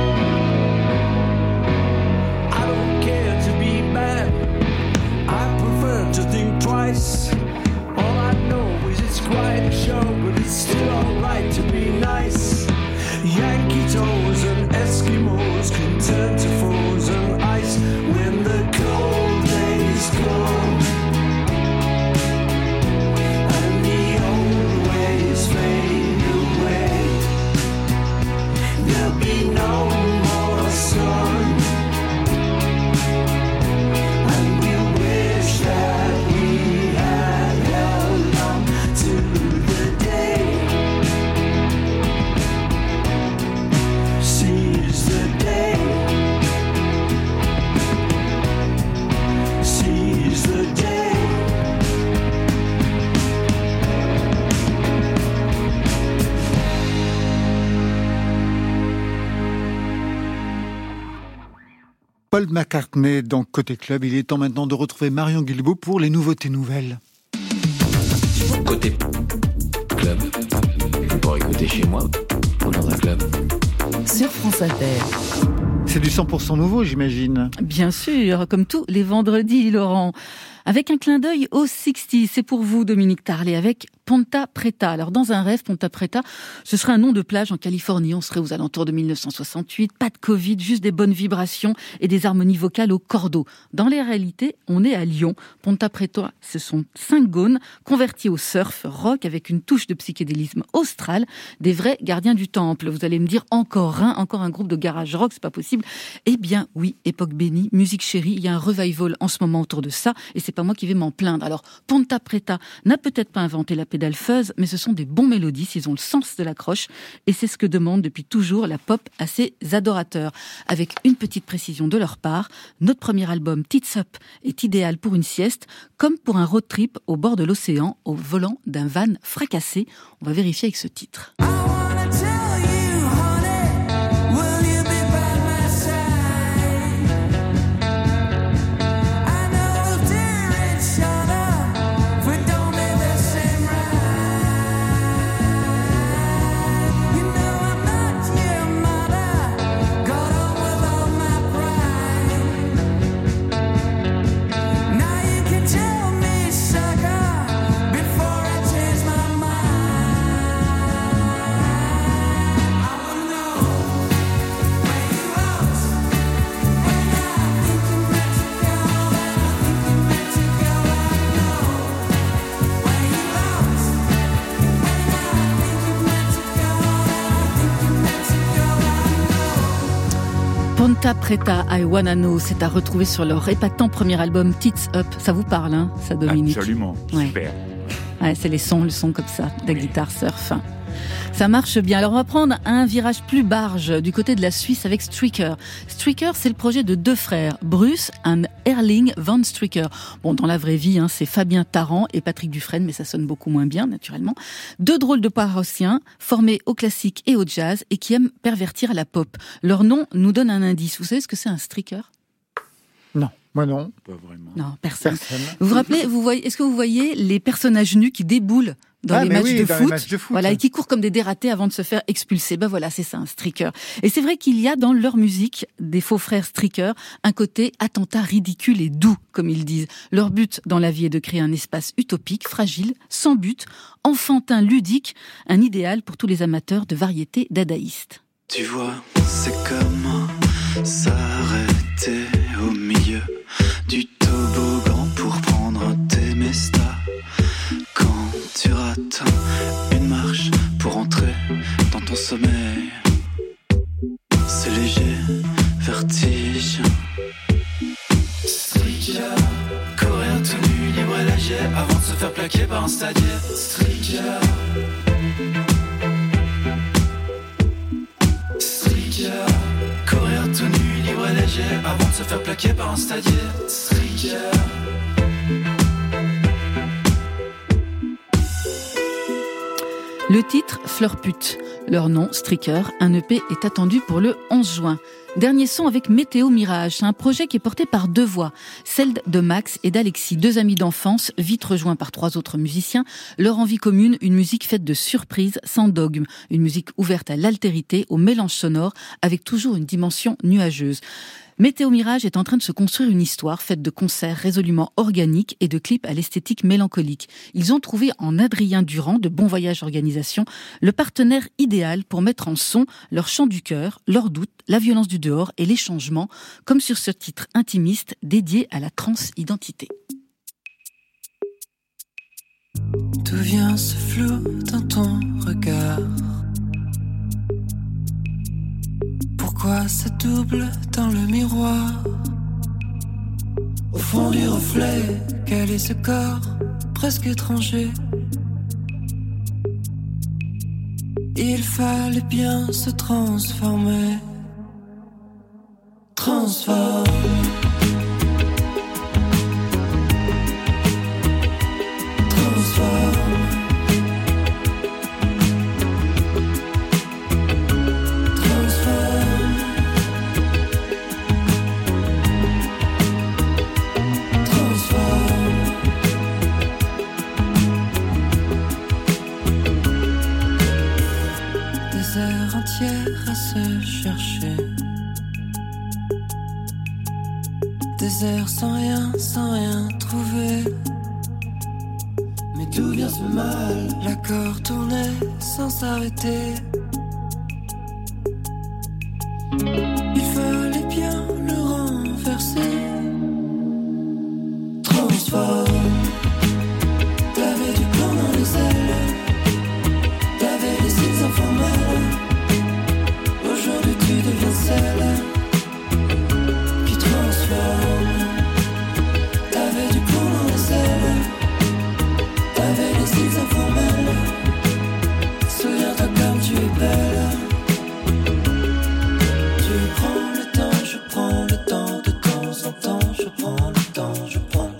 I don't care to be bad, I prefer to think twice. All I know is it's quite a show, but it's still alright to be nice. Yankee toes and Eskimos can turn to frozen ice when the Paul McCartney dans Côté Club. Il est temps maintenant de retrouver Marion Guilbault pour les nouveautés nouvelles. Côté club. Pour écouter chez moi ou dans un club. Sur France Inter. C'est du cent pour cent nouveau, j'imagine. Bien sûr, comme tous les vendredis, Laurent. Avec un clin d'œil aux soixante, c'est pour vous, Dominique Tarlet, avec Ponta Preta. Alors, dans un rêve, Ponta Preta, ce serait un nom de plage en Californie. On serait aux alentours de mille neuf cent soixante-huit. Pas de Covid, juste des bonnes vibrations et des harmonies vocales au cordeau. Dans les réalités, on est à Lyon. Ponta Preta, ce sont cinq gaunes convertis au surf rock avec une touche de psychédélisme austral. Des vrais gardiens du temple. Vous allez me dire, encore un, encore un groupe de garage rock, c'est pas possible. Eh bien, oui, époque bénie, musique chérie. Il y a un revival en ce moment autour de ça. Et c'est pas moi qui vais m'en plaindre. Alors, Ponta Preta n'a peut-être pas inventé la pédale fuzz, mais ce sont des bons mélodistes, ils ont le sens de l'accroche, et c'est ce que demande depuis toujours la pop à ses adorateurs. Avec une petite précision de leur part, notre premier album, Tits Up, est idéal pour une sieste, comme pour un road trip au bord de l'océan, au volant d'un van fracassé. On va vérifier avec ce titre. Ponta Preta, I Wanna Know, c'est à retrouver sur leur épatant premier album Tits Up. Ça vous parle, hein, ça, Dominique? Absolument, ouais. Super. Ouais, c'est les sons, le son comme ça, de la oui. guitare surf. Ça marche bien. Alors on va prendre un virage plus barge du côté de la Suisse avec Striker. Striker, c'est le projet de deux frères, Bruce et Erling van Striker. Bon, dans la vraie vie, hein, c'est Fabien Tarrant et Patrick Dufresne, mais ça sonne beaucoup moins bien, naturellement. Deux drôles de paroissiens, formés au classique et au jazz, et qui aiment pervertir la pop. Leur nom nous donne un indice. Vous savez ce que c'est un Striker? Non. Moi non. Pas vraiment. Non, personne. personne. Vous vous rappelez, vous voyez, est-ce que vous voyez les personnages nus qui déboulent dans, ah, les, mais matchs oui, de dans foot, les matchs de foot, voilà, et qui courent comme des dératés avant de se faire expulser. Ben voilà, c'est ça, un Striker. Et c'est vrai qu'il y a dans leur musique, des faux frères Striker, un côté attentat ridicule et doux, comme ils disent. Leur but dans la vie est de créer un espace utopique, fragile, sans but, enfantin, ludique, un idéal pour tous les amateurs de variété dadaïstes. Tu vois, c'est comme s'arrêter au milieu du toboggan pour prendre un thé Mesta. Quand tu rates une marche pour entrer dans ton sommeil, c'est léger, vertige. Striker, courir tout nu, libre et léger, avant de se faire plaquer par un stadier. Striker, Striker, courir tout nu, libre et léger, avant de se faire plaquer par un stadier. Striker. Le titre, Fleur Pute. Leur nom, Striker, un E P est attendu pour le onze juin. Dernier son avec Météo Mirage. C'est un projet qui est porté par deux voix. Celle de Max et d'Alexis, deux amis d'enfance, vite rejoints par trois autres musiciens. Leur envie commune, une musique faite de surprises, sans dogme. Une musique ouverte à l'altérité, au mélange sonore, avec toujours une dimension nuageuse. Météo Mirage est en train de se construire une histoire faite de concerts résolument organiques et de clips à l'esthétique mélancolique. Ils ont trouvé en Adrien Durand de Bon Voyage Organisation le partenaire idéal pour mettre en son leur chant du cœur, leurs doutes, la violence du dehors et les changements, comme sur ce titre intimiste dédié à la transidentité. D'où vient ce flou dans ton regard? Pourquoi ça double dans le miroir? Au fond du reflet, quel est ce corps presque étranger? Il fallait bien se transformer. Transforme. Transforme. désert sans rien, sans rien trouver. Mais d'où vient ce mal? L'accord tournait sans s'arrêter. Il fallait bien le renverser. Transforme. T'avais du plomb dans les ailes. T'avais les signes informels. Aujourd'hui tu deviens celle qui transforme. T'avais du plomb dans les ailes. T'avais les signes informels. Souviens-toi comme tu es belle. Tu prends le temps, je prends le temps, de temps en temps, je prends le temps, je prends.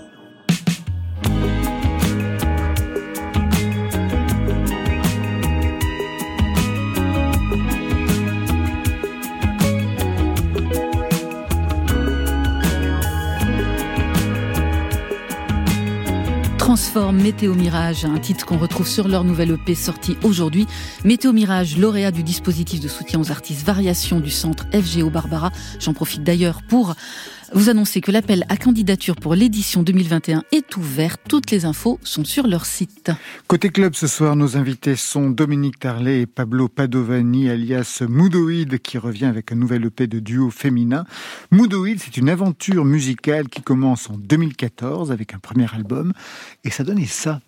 Transforme Météo Mirage, un titre qu'on retrouve sur leur nouvelle E P sortie aujourd'hui. Météo Mirage, lauréat du dispositif de soutien aux artistes Variations du centre F G O Barbara. J'en profite d'ailleurs pour vous annoncer que l'appel à candidature pour l'édition deux mille vingt et un est ouvert. Toutes les infos sont sur leur site. Côté club, ce soir, nos invités sont Dominique Tarlet et Pablo Padovani, alias Moodoid, qui revient avec un nouvel E P de duo féminin. Moodoid, c'est une aventure musicale qui commence en deux mille quatorze avec un premier album. Et ça donnait ça.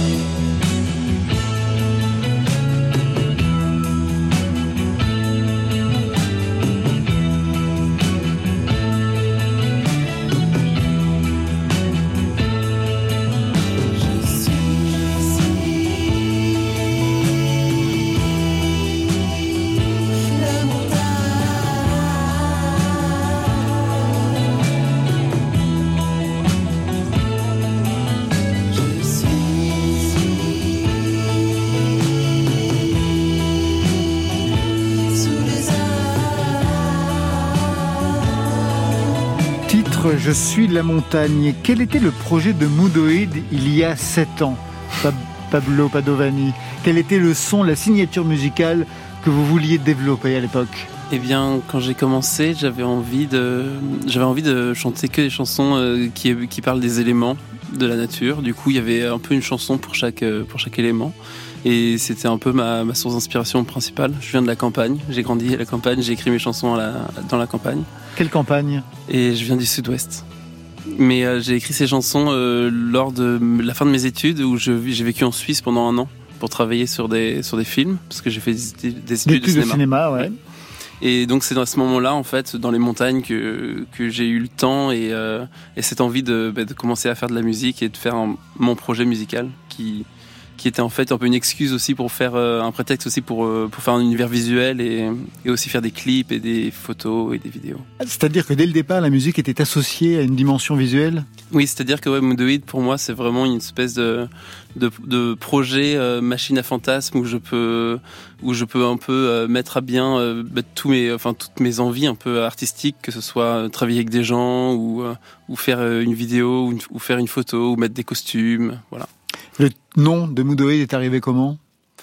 Je suis la montagne. Quel était le projet de Moodoid il y a sept ans, Pablo Padovani? Quel était le son, la signature musicale que vous vouliez développer à l'époque? Eh bien, quand j'ai commencé, j'avais envie de, j'avais envie de chanter que des chansons euh, qui, qui parlent des éléments de la nature. Du coup, il y avait un peu une chanson pour chaque, pour chaque élément. Et c'était un peu ma, ma source d'inspiration principale. Je viens de la campagne, j'ai grandi à la campagne, j'ai écrit mes chansons à la, dans la campagne. Quelle campagne? Et je viens du sud-ouest. Mais euh, j'ai écrit ces chansons euh, lors de la fin de mes études, où je, j'ai vécu en Suisse pendant un an pour travailler sur des, sur des films, parce que j'ai fait des, des études de cinéma. De cinéma ouais. Ouais. Et donc c'est dans ce moment-là, en fait, dans les montagnes, que, que j'ai eu le temps et, euh, et cette envie de, bah, de commencer à faire de la musique et de faire un, mon projet musical qui... qui était en fait un peu une excuse aussi pour faire euh, un prétexte aussi pour, euh, pour faire un univers visuel et, et aussi faire des clips et des photos et des vidéos. C'est-à-dire que dès le départ, la musique était associée à une dimension visuelle? Oui, c'est-à-dire que ouais, Moodoid, pour moi, c'est vraiment une espèce de, de, de projet euh, machine à fantasmes où je peux, où je peux un peu euh, mettre à bien euh, bah, tous mes, enfin, toutes mes envies un peu artistiques, que ce soit travailler avec des gens ou, euh, ou faire une vidéo ou, une, ou faire une photo ou mettre des costumes, voilà. Le nom de Moodoid est arrivé comment?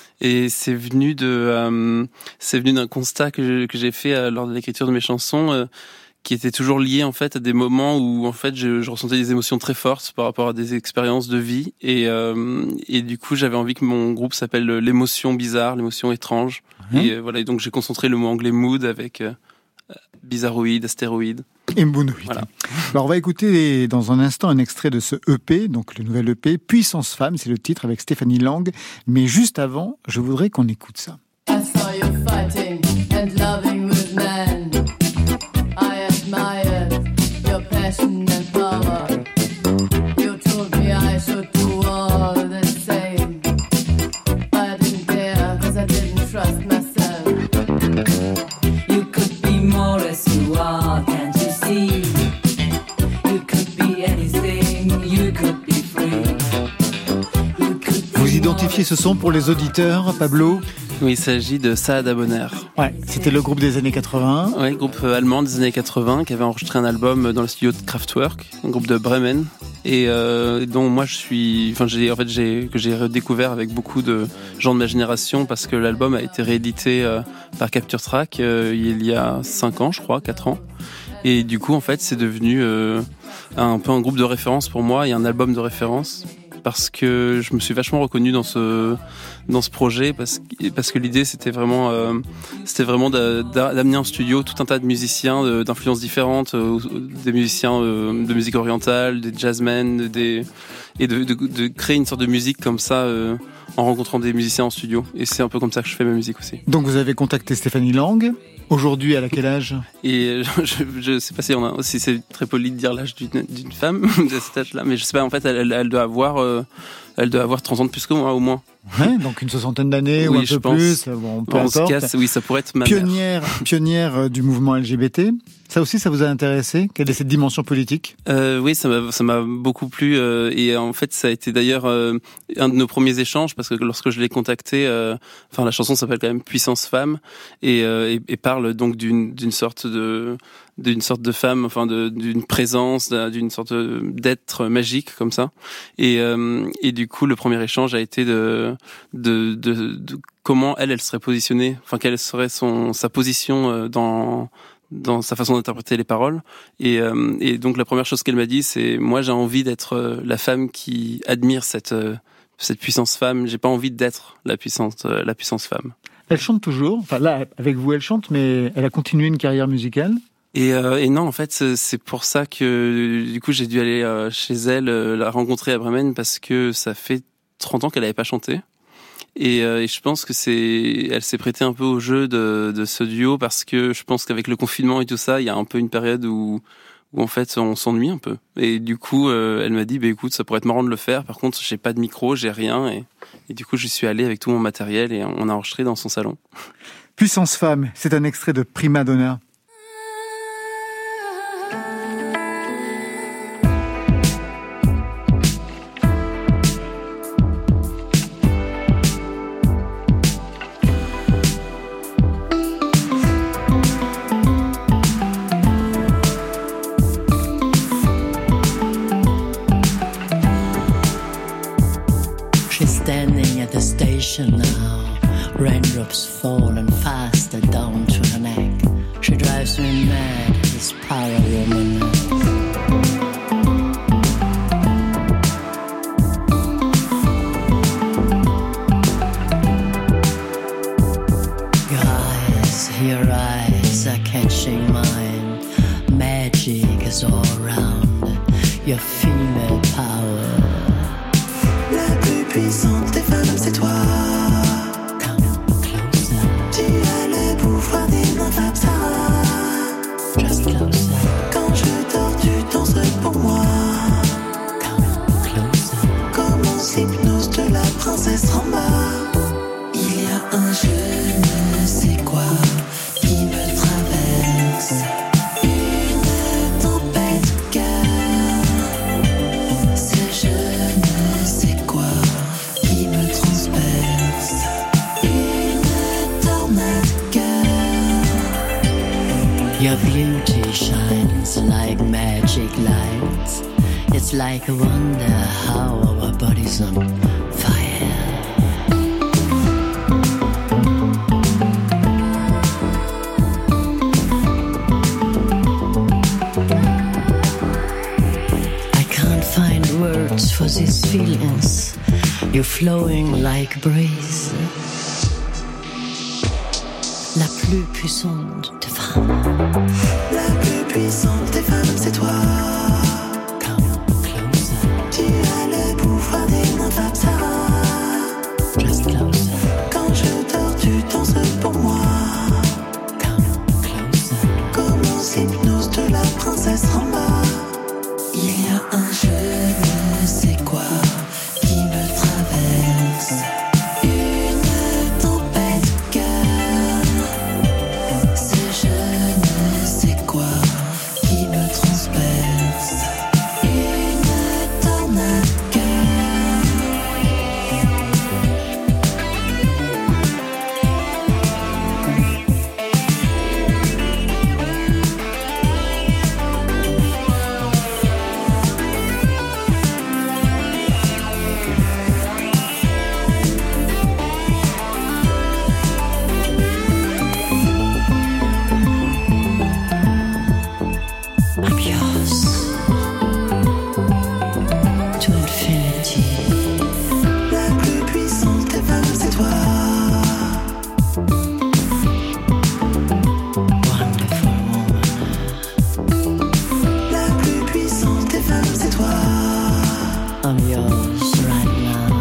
Et c'est venu de, euh, c'est venu d'un constat que, je, que j'ai fait euh, lors de l'écriture de mes chansons, euh, qui était toujours lié en fait à des moments où en fait je, je ressentais des émotions très fortes par rapport à des expériences de vie, et, euh, et du coup j'avais envie que mon groupe s'appelle l'émotion bizarre, l'émotion étrange. Mmh. Et euh, voilà, et donc j'ai concentré le mot anglais mood avec euh, bizarroïde, astéroïde. Et Moodoid. Voilà. Alors on va écouter dans un instant un extrait de ce E P, donc le nouvel E P, Puissance Femme, c'est le titre avec Stéphanie Lang. Mais juste avant, je voudrais qu'on écoute ça. I saw you fighting and loving with men. I admired your passion and power. You told me I should do all the same. I didn't care cause I didn't trust myself. You could be more as you are, can't you see? You could be anything, you could be free. Vous identifiez ce son pour les auditeurs, Pablo? Oui, il s'agit de Saad Aboner. Ouais, c'était le groupe des années quatre-vingts. Oui, groupe allemand des années quatre-vingts qui avait enregistré un album dans le studio de Kraftwerk, un groupe de Bremen, et euh, dont moi je suis, enfin j'ai en fait j'ai que j'ai redécouvert avec beaucoup de gens de ma génération parce que l'album a été réédité euh, par Capture Track euh, il y a cinq ans, je crois, quatre ans. Et du coup, en fait, c'est devenu euh, un peu un groupe de référence pour moi et un album de référence. Parce que je me suis vachement reconnu dans ce dans ce projet parce que parce que l'idée c'était vraiment euh, c'était vraiment d'a, d'amener en studio tout un tas de musiciens de, d'influences différentes, euh, des musiciens euh, de musique orientale, des jazzmen, des et de, de, de créer une sorte de musique comme ça euh, en rencontrant des musiciens en studio. Et c'est un peu comme ça que je fais ma musique aussi. Donc vous avez contacté Stéphanie Lang. Aujourd'hui, elle a quel âge ? Et je, je sais pas si on a, si c'est très poli de dire l'âge d'une, d'une femme de cet âge-là, mais je sais pas. En fait, elle, elle doit avoir, euh, elle doit avoir trente ans de plus que moi au moins. Ouais, donc une soixantaine d'années oui, ou un peu pense. plus. Bon, peu on importe. se casse, oui, ça pourrait être ma pionnière, pionnière du mouvement L G B T. Ça aussi, ça vous a intéressé ? Quelle est cette dimension politique ? euh, Oui, ça m'a, ça m'a beaucoup plu. Euh, et en fait, ça a été d'ailleurs euh, un de nos premiers échanges parce que lorsque je l'ai contacté, euh, enfin la chanson s'appelle quand même Puissance Femme et, euh, et, et parle donc d'une, d'une sorte de d'une sorte de femme, enfin de, d'une présence, d'une sorte d'être magique comme ça. Et, euh, et du coup, le premier échange a été de de, de, de comment elle, elle serait positionnée, enfin quelle serait son sa position dans dans sa façon d'interpréter les paroles. Et, euh, et donc la première chose qu'elle m'a dit, c'est moi j'ai envie d'être la femme qui admire cette cette puissance femme. J'ai pas envie d'être la puissance la puissance femme. Elle chante toujours. Enfin là, avec vous, elle chante, mais elle a continué une carrière musicale. Et, euh, et non, en fait, c'est pour ça que du coup j'ai dû aller euh, chez elle, euh, la rencontrer à Bremen parce que ça fait trente ans qu'elle avait pas chanté. Et, euh, et je pense que c'est, elle s'est prêtée un peu au jeu de, de ce duo parce que je pense qu'avec le confinement et tout ça, il y a un peu une période où, où en fait on s'ennuie un peu. Et du coup, euh, elle m'a dit, bah écoute, ça pourrait être marrant de le faire. Par contre, j'ai pas de micro, j'ai rien. Et, et du coup, je suis allé avec tout mon matériel et on a enregistré dans son salon. Puissance Femme, c'est un extrait de Prima Donna. Now, raindrops falling faster down to her neck. She drives me mad, this power woman. Guys, your eyes are catching mine. Magic is all around. Your female power. La plus puissante des femmes, c'est toi. Tu as le pouvoir des nymphes Apsara. Just closer. Quand je dors, tu danses pour moi. Come closer. Commence l'hypnose de la princesse Ramba. Il y a un je ne sais quoi qui me traverse. Une tempête de cœur. Ce je ne sais quoi qui me transperce. Your beauty shines like magic lights. It's like a wonder how our bodies on fire. I can't find words for these feelings. You're flowing like a breeze. La plus puissante des femmes. La plus puissante des femmes, c'est toi. Come closer. Tu as le pouvoir des nymphes Apsara. Just closer. Quand je dors, tu danses pour moi. Come closer. Commence l'hypnose de la princesse Ramba. Il y a un je ne sais quoi qui me traverse. to infinity. La plus puissante des femmes, c'est toi. Wonderful woman. La plus puissante des femmes, c'est toi. I'm yours right now.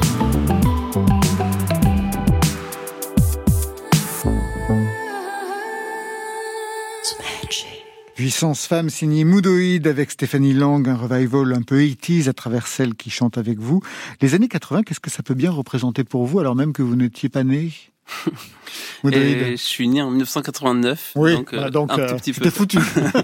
It's magic. Puissance femme signée Moodoïd avec Stéphanie Lang, un revival un peu eighties à travers celle qui chante avec vous. Les années quatre-vingts, qu'est-ce que ça peut bien représenter pour vous, alors même que vous n'étiez pas né? Et je suis né en dix-neuf cent quatre-vingt-neuf, oui, donc, euh, bah donc un euh, tout petit tu peu. t'es foutu.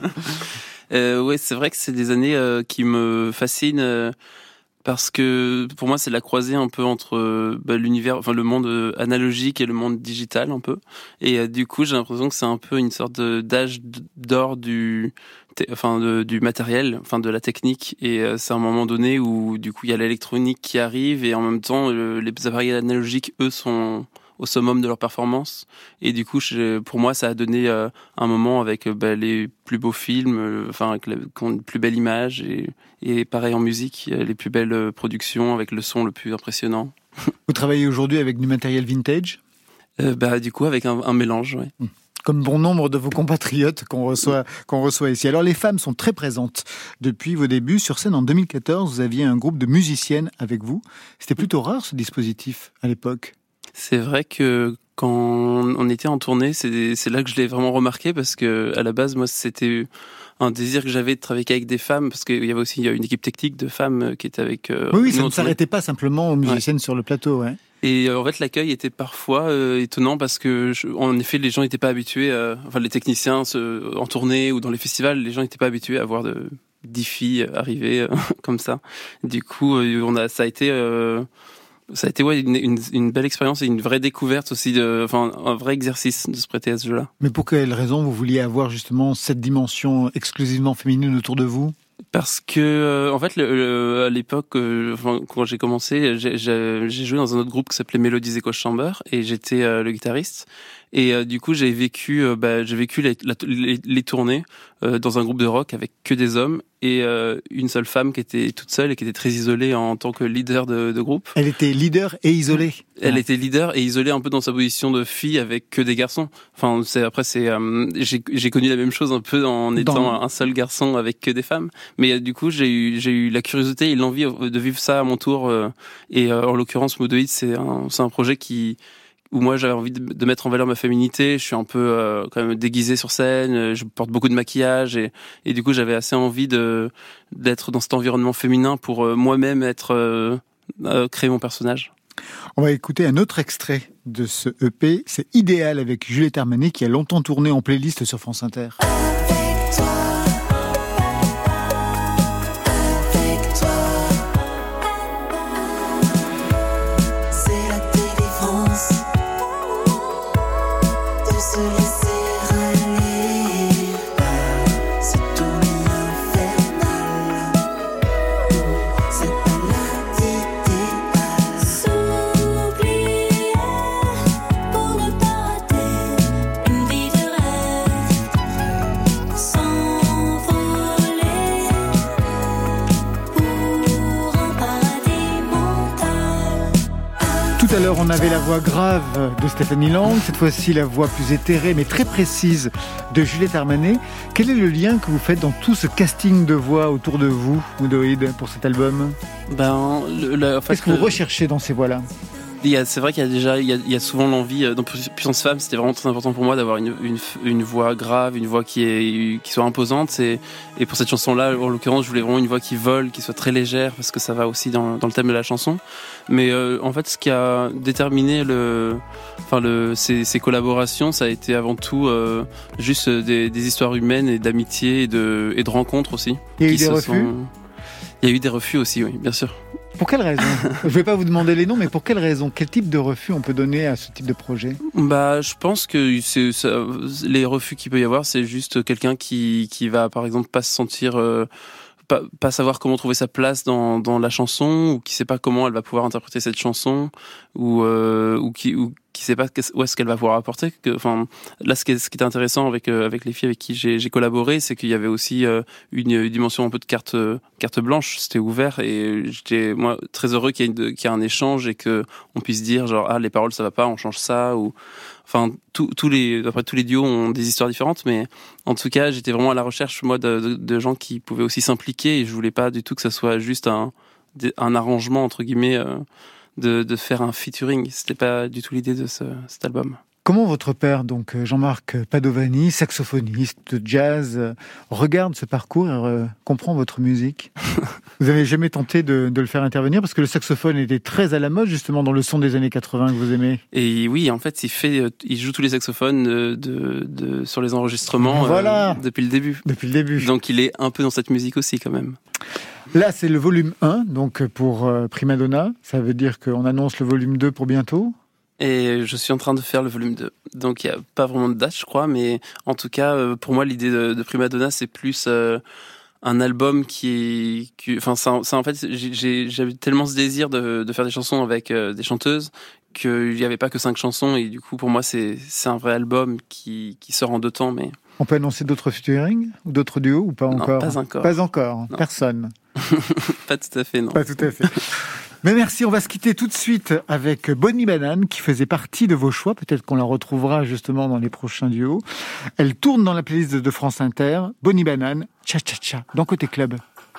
euh, ouais, c'est vrai que c'est des années euh, qui me fascinent euh, parce que pour moi c'est la croisée un peu entre euh, bah, l'univers, enfin le monde euh, analogique et le monde digital un peu. Et euh, du coup j'ai l'impression que c'est un peu une sorte de, d'âge d'or du, t- enfin de, du matériel, enfin de la technique. Et euh, c'est un moment donné où du coup il y a l'électronique qui arrive et en même temps euh, les appareils analogiques eux sont au summum de leur performance, et du coup je, pour moi ça a donné euh, un moment avec euh, bah, les plus beaux films, euh, enfin avec la, les plus belles images, et, et pareil en musique, euh, les plus belles euh, productions avec le son le plus impressionnant. Vous travaillez aujourd'hui avec du matériel vintage? euh, bah du coup avec un, un mélange, ouais. Mmh. Comme bon nombre de vos compatriotes qu'on reçoit, qu'on reçoit ici. Alors les femmes sont très présentes depuis vos débuts. Sur scène en deux mille quatorze, vous aviez un groupe de musiciennes avec vous. C'était plutôt rare ce dispositif à l'époque. C'est vrai que quand on était en tournée, c'est, c'est là que je l'ai vraiment remarqué, parce que à la base, moi, c'était un désir que j'avais de travailler avec des femmes, parce qu'il y avait aussi une équipe technique de femmes qui était avec. Euh, oui, oui, nous, ça ne s'arrêtait pas simplement aux musiciennes, ouais, sur le plateau, ouais. Et euh, en fait, l'accueil était parfois euh, étonnant, parce que, je, en effet, les gens n'étaient pas habitués, à, enfin, les techniciens se, en tournée ou dans les festivals, les gens n'étaient pas habitués à voir de dix filles arriver euh, comme ça. Du coup, euh, on a, ça a été. Euh, Ça a été ouais, une, une, une belle expérience et une vraie découverte aussi, de, enfin un vrai exercice de se prêter à ce jeu-là. Mais pour quelle raison vous vouliez avoir justement cette dimension exclusivement féminine autour de vous ? Parce que euh, en fait, le, le, à l'époque, euh, enfin, quand j'ai commencé, j'ai, j'ai, j'ai joué dans un autre groupe qui s'appelait Melodies Echo Chamber, et j'étais euh, le guitariste. Et euh, du coup, j'ai vécu, euh, bah, j'ai vécu les, la, les, les tournées euh, dans un groupe de rock avec que des hommes et euh, une seule femme qui était toute seule et qui était très isolée en tant que leader de, de groupe. Elle était leader et isolée. Elle ah. était leader et isolée un peu dans sa position de fille avec que des garçons. Enfin, c'est après c'est euh, j'ai j'ai connu la même chose un peu en étant dans... un seul garçon avec que des femmes. Mais euh, du coup, j'ai eu j'ai eu la curiosité et l'envie de vivre ça à mon tour. Euh, et euh, en l'occurrence, Moodoïd, c'est un c'est un projet qui où moi j'avais envie de, de mettre en valeur ma féminité. Je suis un peu euh, quand même déguisée sur scène, je porte beaucoup de maquillage et, et du coup j'avais assez envie de d'être dans cet environnement féminin pour euh, moi-même être euh, euh, créer mon personnage. On va écouter un autre extrait de ce E P, c'est Idéal avec Juliette Armanet qui a longtemps tourné en playlist sur France Inter. Avec toi. Tout à l'heure, on avait la voix grave de Stéphanie Lang, cette fois-ci la voix plus éthérée mais très précise de Juliette Armanet. Quel est le lien que vous faites dans tout ce casting de voix autour de vous, Moodoïd, pour cet album ? Ben, le, le, en fait, Qu'est-ce que vous le... recherchez dans ces voix-là ? Il y a, c'est vrai qu'il y a déjà, il y a, il y a souvent l'envie. Dans Puissance Femme, c'était vraiment très important pour moi d'avoir une, une, une voix grave, une voix qui est, qui soit imposante. Et, et pour cette chanson-là, en l'occurrence, je voulais vraiment une voix qui vole, qui soit très légère, parce que ça va aussi dans, dans le thème de la chanson. Mais euh, en fait, ce qui a déterminé le, enfin le, ces, ces collaborations, ça a été avant tout euh, juste des, des histoires humaines et d'amitié et de, et de rencontres aussi. Il y a eu des refus. Sont... Il y a eu des refus aussi, oui, bien sûr. Pour quelle raison ? Je ne vais pas vous demander les noms, mais pour quelle raison ? Quel type de refus on peut donner à ce type de projet ? Bah, je pense que c'est, ça, les refus qu'il peut y avoir, c'est juste quelqu'un qui, qui va, par exemple, pas se sentir, euh, pas, pas savoir comment trouver sa place dans, dans la chanson, ou qui sait pas comment elle va pouvoir interpréter cette chanson, ou, euh, ou qui, ou qui sait pas où est-ce qu'elle va pouvoir apporter. Que, enfin, là, ce qui, est, ce qui était intéressant avec euh, avec les filles avec qui j'ai, j'ai collaboré, c'est qu'il y avait aussi euh, une, une dimension un peu de carte euh, carte blanche. C'était ouvert et j'étais moi très heureux qu'il y ait, une, qu'il y ait un échange et que on puisse dire genre ah les paroles ça va pas, on change ça ou enfin tous tous les après tous les duos ont des histoires différentes, mais en tout cas j'étais vraiment à la recherche moi de, de, de gens qui pouvaient aussi s'impliquer et je voulais pas du tout que ça soit juste un un arrangement entre guillemets. Euh, De, de faire un featuring. C'était pas du tout l'idée de ce, cet album. Comment votre père, donc Jean-Marc Padovani, saxophoniste de jazz, regarde ce parcours et euh, comprend votre musique? Vous avez jamais tenté de, de le faire intervenir parce que le saxophone était très à la mode justement dans le son des années quatre-vingts que vous aimez. Et oui, en fait, il fait, il joue tous les saxophones de, de, de sur les enregistrements voilà. euh, depuis le début. Depuis le début. Donc il est un peu dans cette musique aussi quand même. Là, c'est le volume un, donc pour euh, Prima Donna. Ça veut dire qu'on annonce le volume deux pour bientôt? Et je suis en train de faire le volume deux. Donc il n'y a pas vraiment de date, je crois, mais en tout cas, euh, pour moi, l'idée de, de Prima Donna, c'est plus euh, un album qui... qui enfin, ça, ça, en fait, j'ai, j'avais tellement ce désir de, de faire des chansons avec euh, des chanteuses qu'il n'y avait pas que cinq chansons. Et du coup, pour moi, c'est, c'est un vrai album qui, qui sort en deux temps, mais... On peut annoncer d'autres featuring ou d'autres duos ou pas non, encore? Pas encore. Pas encore, non. Personne. Pas tout à fait, non. Pas tout à fait. Mais merci, on va se quitter tout de suite avec Bonnie Banane qui faisait partie de vos choix. Peut-être qu'on la retrouvera justement dans les prochains duos. Elle tourne dans la playlist de France Inter. Bonnie Banane, Cha Cha Cha, dans Côté Club.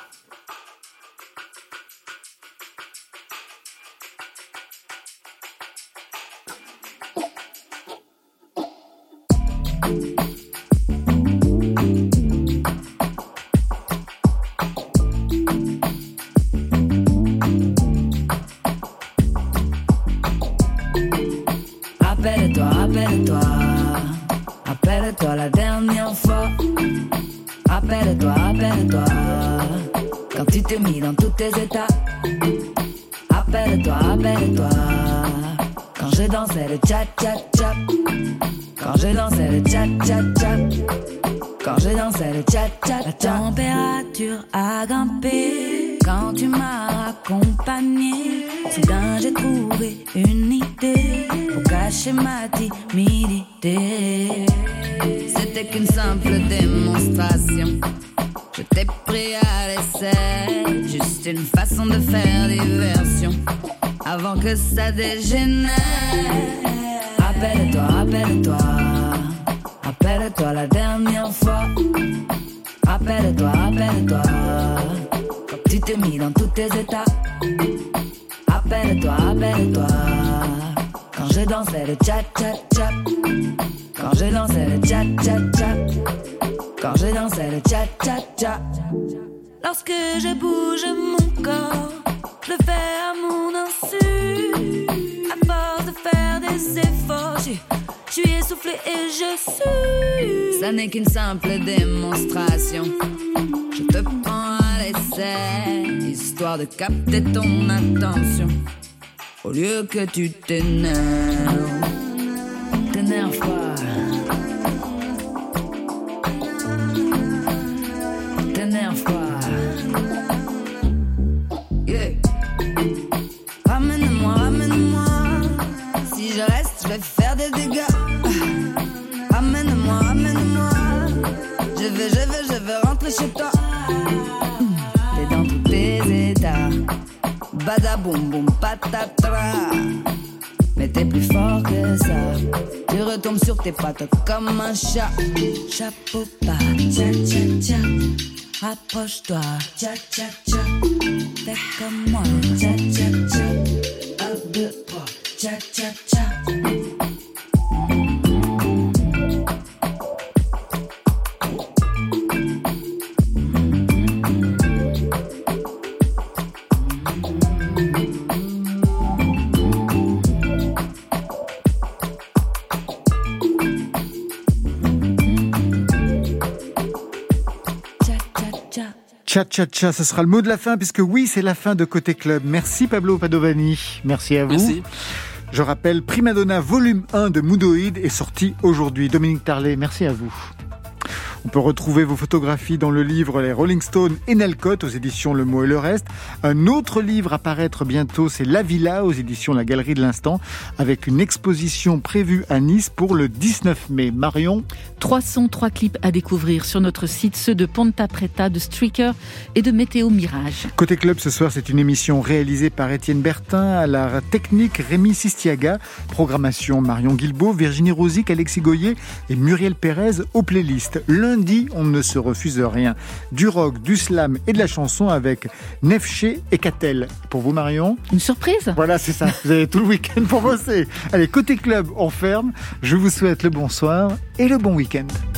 Rappelle-toi, rappelle-toi, rappelle-toi la dernière fois. Rappelle-toi, rappelle-toi, quand tu t'es mis dans tous tes états. Rappelle-toi, rappelle-toi, quand je dansais le cha-cha-cha. Quand je dansais le cha-cha-cha. Quand je dansais le cha-cha-cha. La température a grimpé quand tu m'as accompagné. Soudain j'ai trouvé une idée pour cacher ma timidité. C'était qu'une simple démonstration. Je t'ai pris à l'essai, juste une façon de faire diversion avant que ça dégénère. Rappelle-toi, rappelle-toi, rappelle-toi la dernière fois. Rappelle-toi, rappelle-toi, quand tu t'es mis dans tous tes états. Rappelle-toi, rappelle-toi, quand je dansais le cha-cha-cha. Quand je dansais le cha-cha-cha. Quand je dansais le cha-cha-cha. Lorsque je bouge mon corps, je le fais à mon insu. À force de faire des efforts, je, je suis essoufflé et je sue. Ça n'est qu'une simple démonstration. Je te prends à l'essai, histoire de capter ton attention. Au lieu que tu t'énerves, t'énerve pas. T'énerve pas. Yeah. Ramène-moi, ramène-moi. Si je reste, je vais faire des dégâts. Ramène-moi, ramène-moi. Je vais, je vais, je vais rentrer chez toi. T'es dans tous tes états. Badaboum boum patatra. Mais t'es plus fort que ça. Tu retombes sur tes pattes comme un chat. Chapeau pas, tcha tcha tcha. Rapproche-toi, tcha tcha tcha. Fais comme moi, tcha tcha tcha. Un, deux, trois, tcha tcha tcha. Cha cha cha, ce sera le mot de la fin puisque oui, c'est la fin de Côté Club. Merci Pablo Padovani, merci à vous. Merci. Je rappelle, Prima Donna volume un de Moodoid est sorti aujourd'hui. Dominique Tarlet, merci à vous. On peut retrouver vos photographies dans le livre Les Rolling Stones et Nelcott aux éditions Le Mot et le Reste. Un autre livre à paraître bientôt, c'est La Villa aux éditions La Galerie de l'Instant, avec une exposition prévue à Nice pour le dix-neuf mai. Marion ? Trois sons, trois clips à découvrir sur notre site, ceux de Ponta Preta, de Streaker et de Météo Mirage. Côté club, ce soir, c'est une émission réalisée par Étienne Bertin, à la technique Rémi Sistiaga, programmation Marion Guilbault, Virginie Rosic, Alexis Goyer et Muriel Pérez aux playlists. Lundi, on ne se refuse rien. Du rock, du slam et de la chanson avec Nefché et Catel. Pour vous, Marion ? Une surprise ? Voilà, c'est ça. Vous avez tout le week-end pour bosser. Allez, côté club, on ferme. Je vous souhaite le bonsoir et le bon week-end.